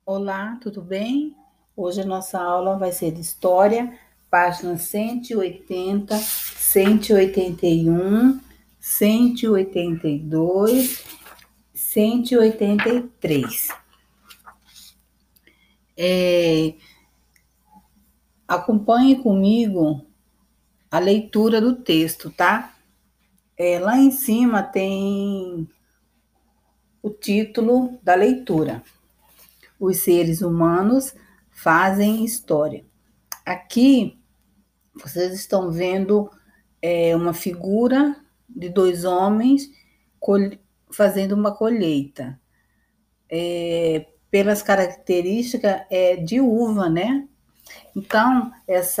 Olá, tudo bem? Hoje a nossa aula vai ser de História, páginas 180, 181, 182, 183. Acompanhe comigo a leitura do texto, tá? Lá em cima tem o título da leitura: Os seres humanos fazem história. Aqui vocês estão vendo uma figura de dois homens fazendo uma colheita. Pelas características de uva, né? Então,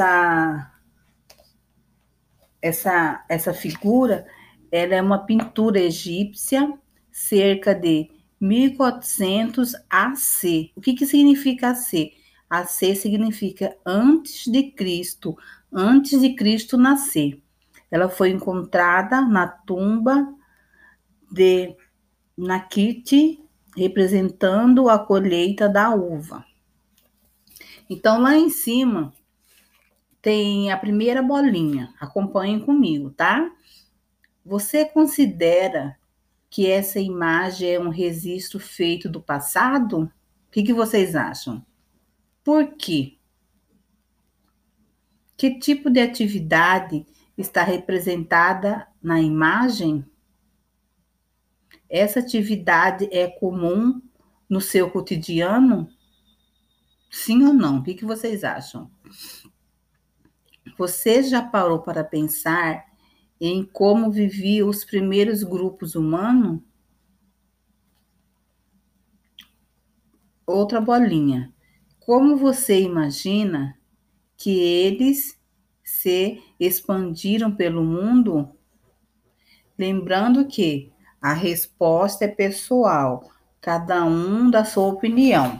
essa figura ela é uma pintura egípcia, cerca de 1400 AC. O que significa AC? AC significa antes de Cristo nascer. Ela foi encontrada na tumba de Nakiti, representando a colheita da uva. Então, lá em cima tem a primeira bolinha. Acompanhem comigo, tá? Você considera que essa imagem é um registro feito do passado? O que vocês acham? Por quê? Que tipo de atividade está representada na imagem? Essa atividade é comum no seu cotidiano? Sim ou não? O que vocês acham? Você já parou para pensar em como viviam os primeiros grupos humanos? Outra bolinha. Como você imagina que eles se expandiram pelo mundo? Lembrando que a resposta é pessoal, cada um da sua opinião.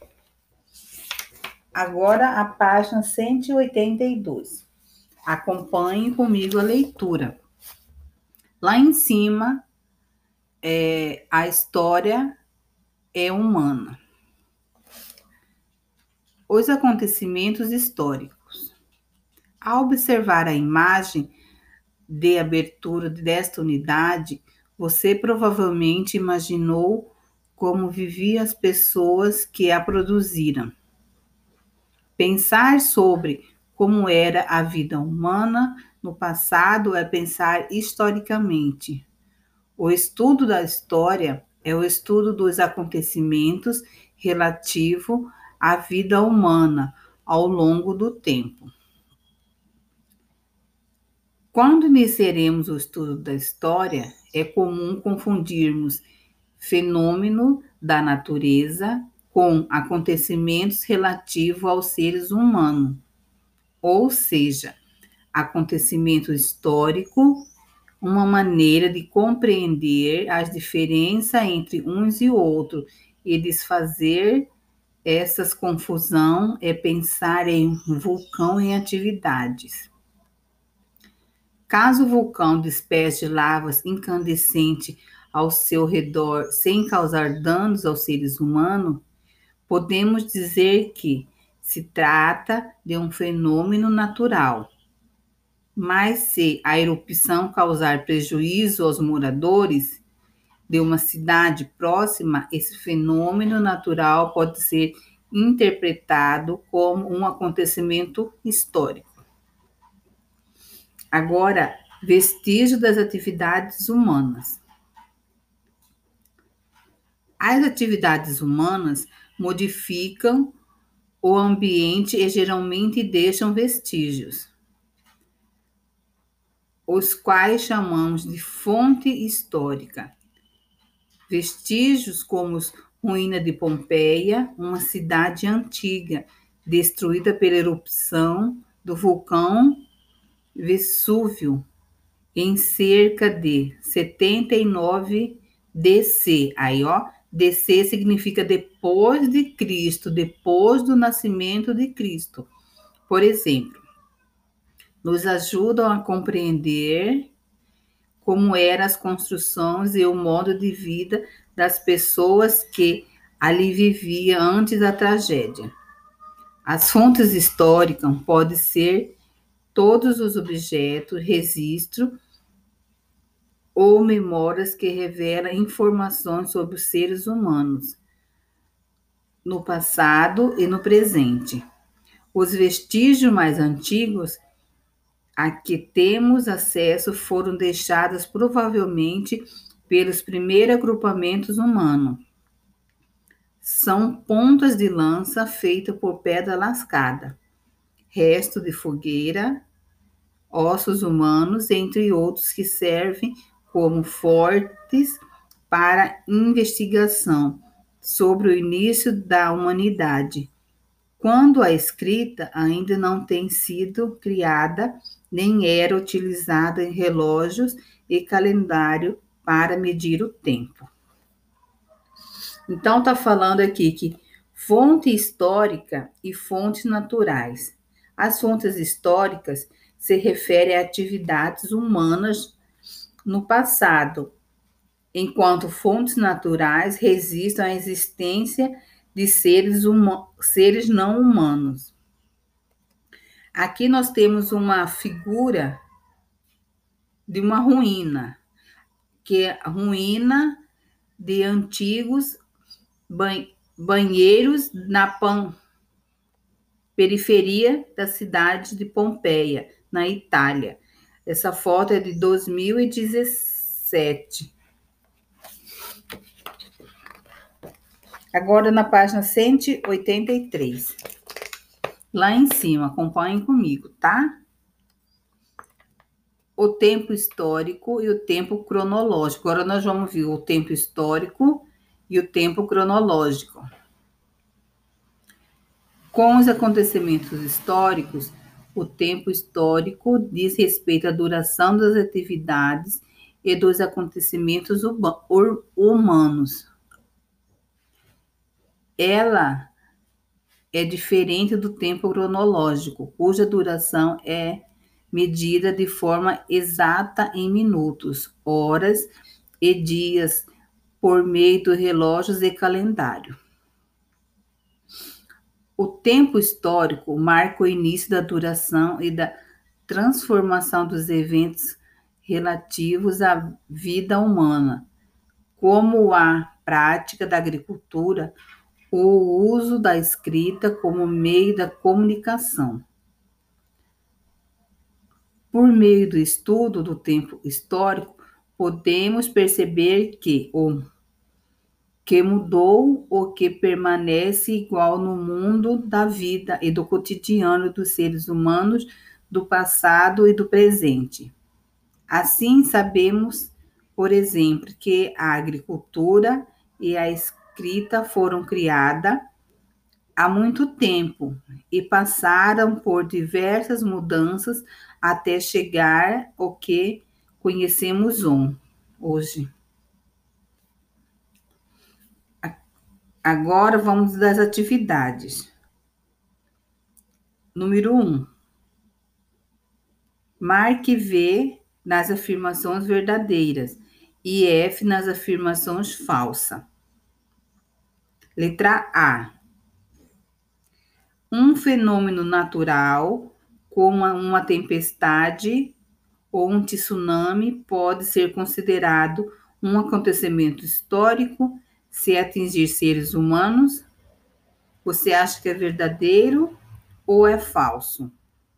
Agora a página 182. Acompanhe comigo a leitura. Lá em cima, a história é humana. Os acontecimentos históricos. Ao observar a imagem de abertura desta unidade, você provavelmente imaginou como viviam as pessoas que a produziram. Pensar sobre como era a vida humana no passado é pensar historicamente. O estudo da história é o estudo dos acontecimentos relativo à vida humana ao longo do tempo. Quando iniciaremos o estudo da história, é comum confundirmos fenômeno da natureza com acontecimentos relativos aos seres humanos, ou seja, acontecimento histórico, uma maneira de compreender as diferenças entre uns e outros e desfazer essas confusão é pensar em um vulcão em atividades. Caso o vulcão desperte lavas incandescentes ao seu redor sem causar danos aos seres humanos, podemos dizer que se trata de um fenômeno natural. Mas se a erupção causar prejuízo aos moradores de uma cidade próxima, esse fenômeno natural pode ser interpretado como um acontecimento histórico. Agora, vestígio das atividades humanas. As atividades humanas modificam o ambiente e geralmente deixam vestígios, os quais chamamos de fonte histórica. Vestígios como ruína de Pompeia, uma cidade antiga, destruída pela erupção do vulcão Vesúvio, em cerca de 79 DC. Aí, ó, DC significa depois de Cristo, depois do nascimento de Cristo. Por exemplo, nos ajudam a compreender como eram as construções e o modo de vida das pessoas que ali vivia antes da tragédia. As fontes históricas podem ser todos os objetos, registros ou memórias que revelam informações sobre os seres humanos no passado e no presente. Os vestígios mais antigos a que temos acesso foram deixados provavelmente pelos primeiros agrupamentos humanos. São pontas de lança feitas por pedra lascada, resto de fogueira, ossos humanos, entre outros que servem como fortes para investigação sobre o início da humanidade, quando a escrita ainda não tem sido criada, nem era utilizada em relógios e calendário para medir o tempo. Então, está falando aqui que fonte histórica e fontes naturais. As fontes históricas se referem a atividades humanas no passado, enquanto fontes naturais registram a existência de seres não humanos. Aqui nós temos uma figura de uma ruína, que é a ruína de antigos banheiros na periferia da cidade de Pompeia, na Itália. Essa foto é de 2017. Agora na página 183. Lá em cima, acompanhem comigo, tá? O tempo histórico e o tempo cronológico. Agora nós vamos ver o tempo histórico e o tempo cronológico. Com os acontecimentos históricos, o tempo histórico diz respeito à duração das atividades e dos acontecimentos humanos. Ela é diferente do tempo cronológico, cuja duração é medida de forma exata em minutos, horas e dias por meio de relógios e calendário. O tempo histórico marca o início da duração e da transformação dos eventos relativos à vida humana, como a prática da agricultura ou o uso da escrita como meio da comunicação. Por meio do estudo do tempo histórico, podemos perceber que o que mudou ou que permanece igual no mundo da vida e do cotidiano dos seres humanos do passado e do presente. Assim, sabemos, por exemplo, que a agricultura e a escrita foram criadas há muito tempo e passaram por diversas mudanças até chegar ao que conhecemos hoje. Agora vamos das atividades. Número 1. Marque V nas afirmações verdadeiras e F nas afirmações falsas. Letra A. Um fenômeno natural, como uma tempestade ou um tsunami, pode ser considerado um acontecimento histórico se atingir seres humanos. Você acha que é verdadeiro ou é falso?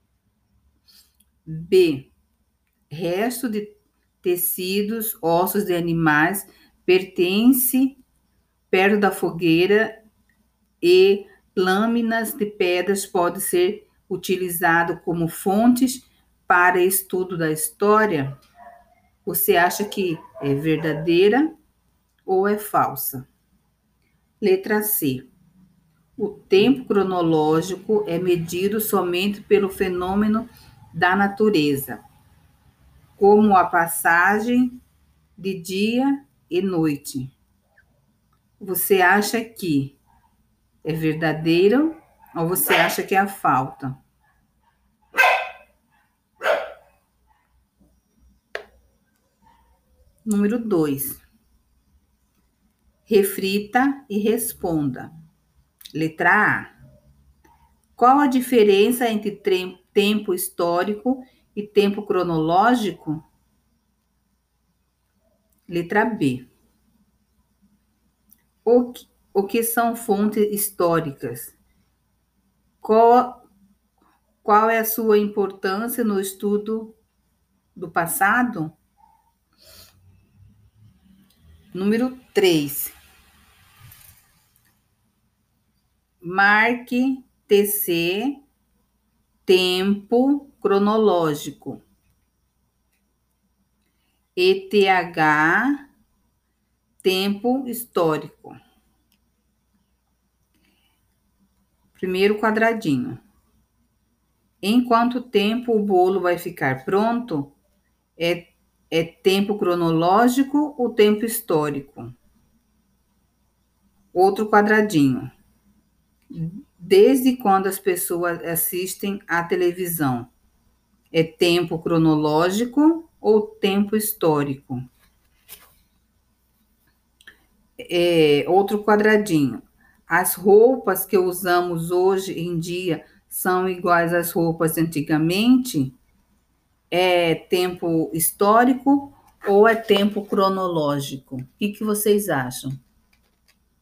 B. Resto de tecidos, ossos de animais pertence perto da fogueira e lâminas de pedras podem ser utilizados como fontes para estudo da história. Você acha que é verdadeira ou é falsa? Letra C. O tempo cronológico é medido somente pelo fenômeno da natureza, como a passagem de dia e noite. Você acha que é verdadeiro ou você acha que é a falta? Número 2. Reflita e responda. Letra A. Qual a diferença entre tempo histórico e tempo cronológico? Letra B. O que são fontes históricas? Qual é a sua importância no estudo do passado? Número 3. Marque TC tempo cronológico. ETH tempo histórico. Primeiro quadradinho. Em quanto tempo o bolo vai ficar pronto? É tempo cronológico ou tempo histórico? Outro quadradinho. Desde quando as pessoas assistem à televisão? É tempo cronológico ou tempo histórico? Outro quadradinho. As roupas que usamos hoje em dia são iguais às roupas de antigamente? É tempo histórico ou é tempo cronológico? O que vocês acham?